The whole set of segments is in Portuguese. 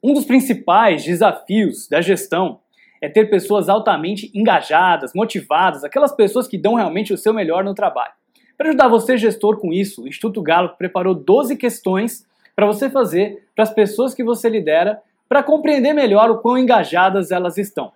Um dos principais desafios da gestão é ter pessoas altamente engajadas, motivadas, aquelas pessoas que dão realmente o seu melhor no trabalho. Para ajudar você, gestor, com isso, o Instituto Gallup preparou 12 questões para você fazer para as pessoas que você lidera para compreender melhor o quão engajadas elas estão.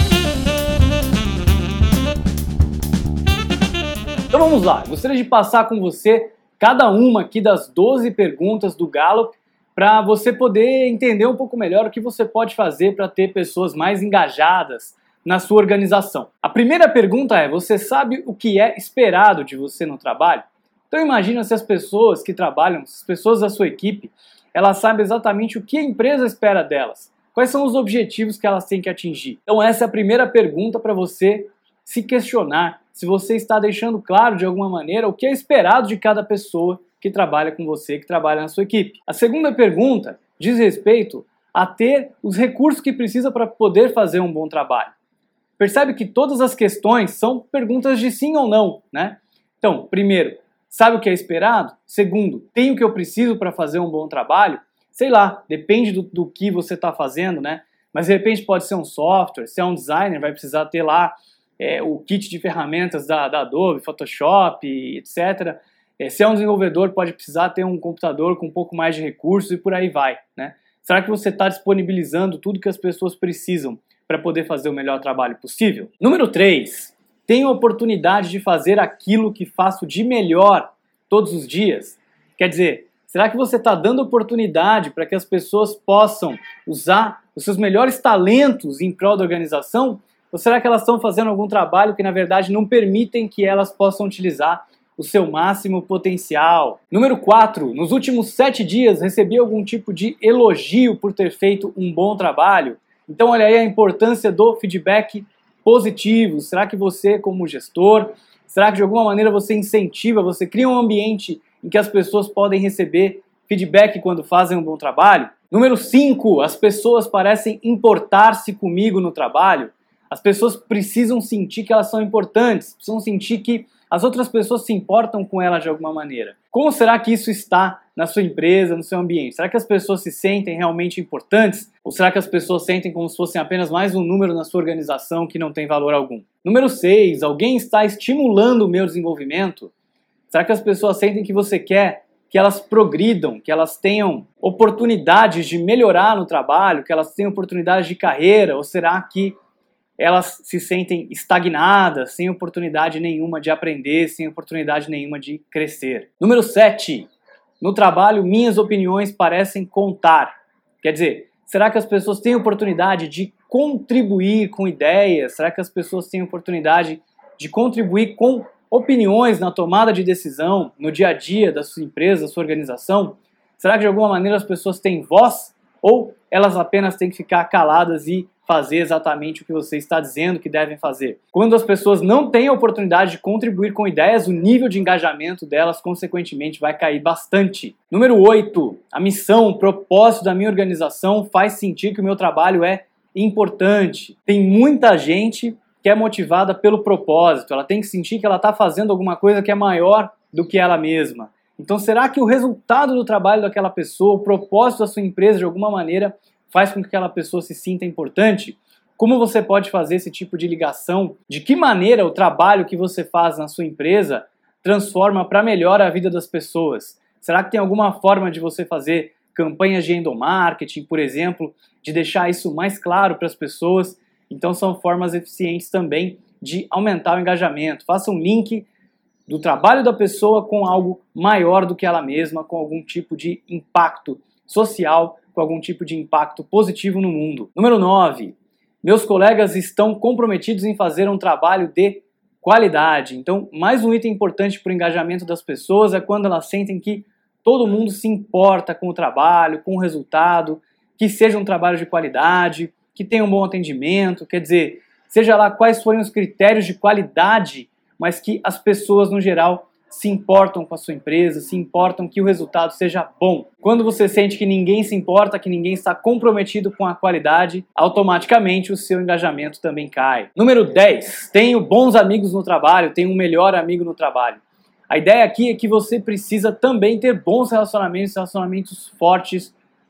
Então vamos lá, gostaria de passar com você cada uma aqui das 12 perguntas do Gallup para você poder entender um pouco melhor o que você pode fazer para ter pessoas mais engajadas na sua organização. A primeira pergunta é: você sabe o que é esperado de você no trabalho? Então imagina se as pessoas que trabalham, as pessoas da sua equipe, elas sabem exatamente o que a empresa espera delas. Quais são os objetivos que elas têm que atingir? Então essa é a primeira pergunta para você se questionar se você está deixando claro de alguma maneira o que é esperado de cada pessoa que trabalha com você, que trabalha na sua equipe. A segunda pergunta diz respeito a ter os recursos que precisa para poder fazer um bom trabalho. Percebe que todas as questões são perguntas de sim ou não, né? Então, primeiro, sabe o que é esperado? Segundo, tem o que eu preciso para fazer um bom trabalho? Sei lá, depende do que você está fazendo, né? Mas de repente pode ser um software, se é um designer, vai precisar ter lá o kit de ferramentas da Adobe, Photoshop, etc. Se é um desenvolvedor, pode precisar ter um computador com um pouco mais de recursos e por aí vai, né? Será que você está disponibilizando tudo que as pessoas precisam para poder fazer o melhor trabalho possível? Número 3. Tenho a oportunidade de fazer aquilo que faço de melhor todos os dias? Quer dizer, será que você está dando oportunidade para que as pessoas possam usar os seus melhores talentos em prol da organização? Ou será que elas estão fazendo algum trabalho que, na verdade, não permitem que elas possam utilizar o seu máximo potencial? Número 4. Nos últimos 7 dias, recebi algum tipo de elogio por ter feito um bom trabalho? Então, olha aí a importância do feedback positivo. Será que você, como gestor, será que de alguma maneira você incentiva, você cria um ambiente em que as pessoas podem receber feedback quando fazem um bom trabalho? Número 5. As pessoas parecem importar-se comigo no trabalho. As pessoas precisam sentir que elas são importantes, precisam sentir que as outras pessoas se importam com elas de alguma maneira. Como será que isso está na sua empresa, no seu ambiente? Será que as pessoas se sentem realmente importantes? Ou será que as pessoas sentem como se fossem apenas mais um número na sua organização que não tem valor algum? Número 6. Alguém está estimulando o meu desenvolvimento? Será que as pessoas sentem que você quer que elas progridam, que elas tenham oportunidades de melhorar no trabalho, que elas tenham oportunidades de carreira? Ou será que elas se sentem estagnadas, sem oportunidade nenhuma de aprender, sem oportunidade nenhuma de crescer? Número 7. No trabalho, minhas opiniões parecem contar. Quer dizer, será que as pessoas têm oportunidade de contribuir com ideias? Será que as pessoas têm oportunidade de contribuir com opiniões na tomada de decisão, no dia a dia da sua empresa, da sua organização? Será que de alguma maneira as pessoas têm voz? Ou elas apenas têm que ficar caladas e fazer exatamente o que você está dizendo que devem fazer? Quando as pessoas não têm a oportunidade de contribuir com ideias, o nível de engajamento delas, consequentemente, vai cair bastante. Número 8. A missão, o propósito da minha organização faz sentir que o meu trabalho é importante. Tem muita gente que é motivada pelo propósito. Ela tem que sentir que ela está fazendo alguma coisa que é maior do que ela mesma. Então, será que o resultado do trabalho daquela pessoa, o propósito da sua empresa, de alguma maneira, faz com que aquela pessoa se sinta importante? Como você pode fazer esse tipo de ligação? De que maneira o trabalho que você faz na sua empresa transforma para melhor a vida das pessoas? Será que tem alguma forma de você fazer campanhas de endomarketing, por exemplo, de deixar isso mais claro para as pessoas? Então são formas eficientes também de aumentar o engajamento. Faça um link do trabalho da pessoa com algo maior do que ela mesma, com algum tipo de impacto social, com algum tipo de impacto positivo no mundo. Número 9. Meus colegas estão comprometidos em fazer um trabalho de qualidade. Então, mais um item importante para o engajamento das pessoas é quando elas sentem que todo mundo se importa com o trabalho, com o resultado, que seja um trabalho de qualidade, que tenha um bom atendimento, quer dizer, seja lá quais forem os critérios de qualidade, mas que as pessoas, no geral, se importam com a sua empresa, se importam que o resultado seja bom. Quando você sente que ninguém se importa, que ninguém está comprometido com a qualidade, automaticamente o seu engajamento também cai. Número 10. Tenho bons amigos no trabalho, tenho um melhor amigo no trabalho. A ideia aqui é que você precisa também ter bons relacionamentos fortes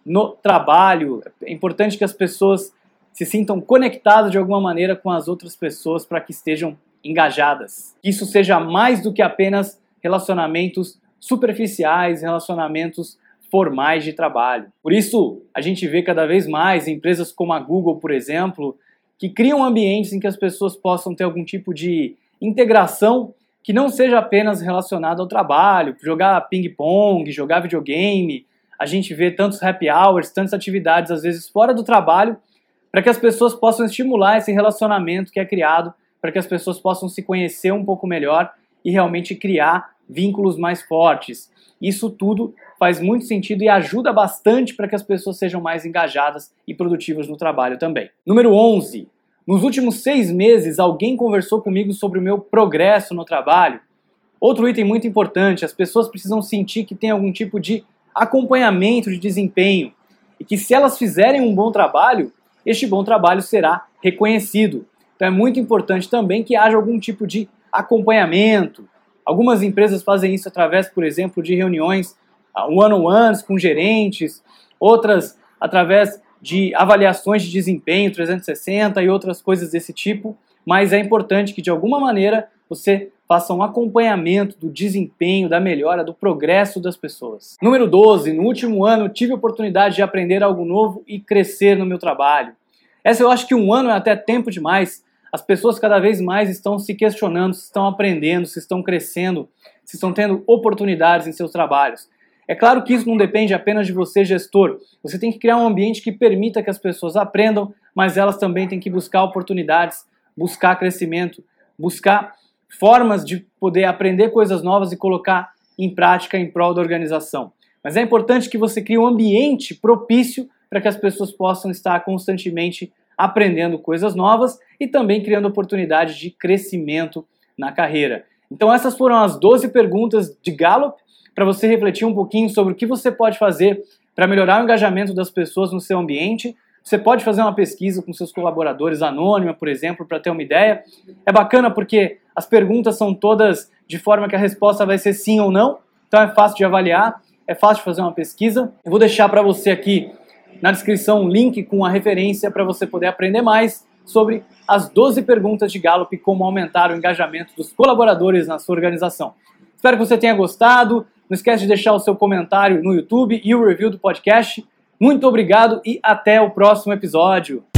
no trabalho. É importante que as pessoas se sintam conectadas de alguma maneira com as outras pessoas para que estejam engajadas. Isso seja mais do que apenas relacionamentos superficiais, relacionamentos formais de trabalho. Por isso, a gente vê cada vez mais empresas como a Google, por exemplo, que criam ambientes em que as pessoas possam ter algum tipo de integração que não seja apenas relacionada ao trabalho, jogar ping-pong, jogar videogame. A gente vê tantos happy hours, tantas atividades, às vezes, fora do trabalho, para que as pessoas possam estimular esse relacionamento que é criado, para que as pessoas possam se conhecer um pouco melhor e realmente criar vínculos mais fortes. Isso tudo faz muito sentido e ajuda bastante para que as pessoas sejam mais engajadas e produtivas no trabalho também. Número 11. Nos últimos 6 meses, alguém conversou comigo sobre o meu progresso no trabalho. Outro item muito importante, as pessoas precisam sentir que tem algum tipo de acompanhamento de desempenho e que se elas fizerem um bom trabalho, este bom trabalho será reconhecido. Então é muito importante também que haja algum tipo de acompanhamento. Algumas empresas fazem isso através, por exemplo, de reuniões one-on-ones com gerentes, outras através de avaliações de desempenho 360 e outras coisas desse tipo, mas é importante que de alguma maneira você faça um acompanhamento do desempenho, da melhora, do progresso das pessoas. Número 12, no último ano tive a oportunidade de aprender algo novo e crescer no meu trabalho. Essa eu acho que 1 ano é até tempo demais. As pessoas cada vez mais estão se questionando, se estão aprendendo, se estão crescendo, se estão tendo oportunidades em seus trabalhos. É claro que isso não depende apenas de você, gestor. Você tem que criar um ambiente que permita que as pessoas aprendam, mas elas também têm que buscar oportunidades, buscar crescimento, buscar formas de poder aprender coisas novas e colocar em prática em prol da organização. Mas é importante que você crie um ambiente propício para que as pessoas possam estar constantemente aprendendo coisas novas e também criando oportunidades de crescimento na carreira. Então essas foram as 12 perguntas de Gallup, para você refletir um pouquinho sobre o que você pode fazer para melhorar o engajamento das pessoas no seu ambiente. Você pode fazer uma pesquisa com seus colaboradores anônima, por exemplo, para ter uma ideia. É bacana porque as perguntas são todas de forma que a resposta vai ser sim ou não, então é fácil de avaliar, é fácil de fazer uma pesquisa. Eu vou deixar para você aqui na descrição um link com a referência para você poder aprender mais sobre as 12 perguntas de Gallup e como aumentar o engajamento dos colaboradores na sua organização. Espero que você tenha gostado. Não esquece de deixar o seu comentário no YouTube e o review do podcast. Muito obrigado e até o próximo episódio.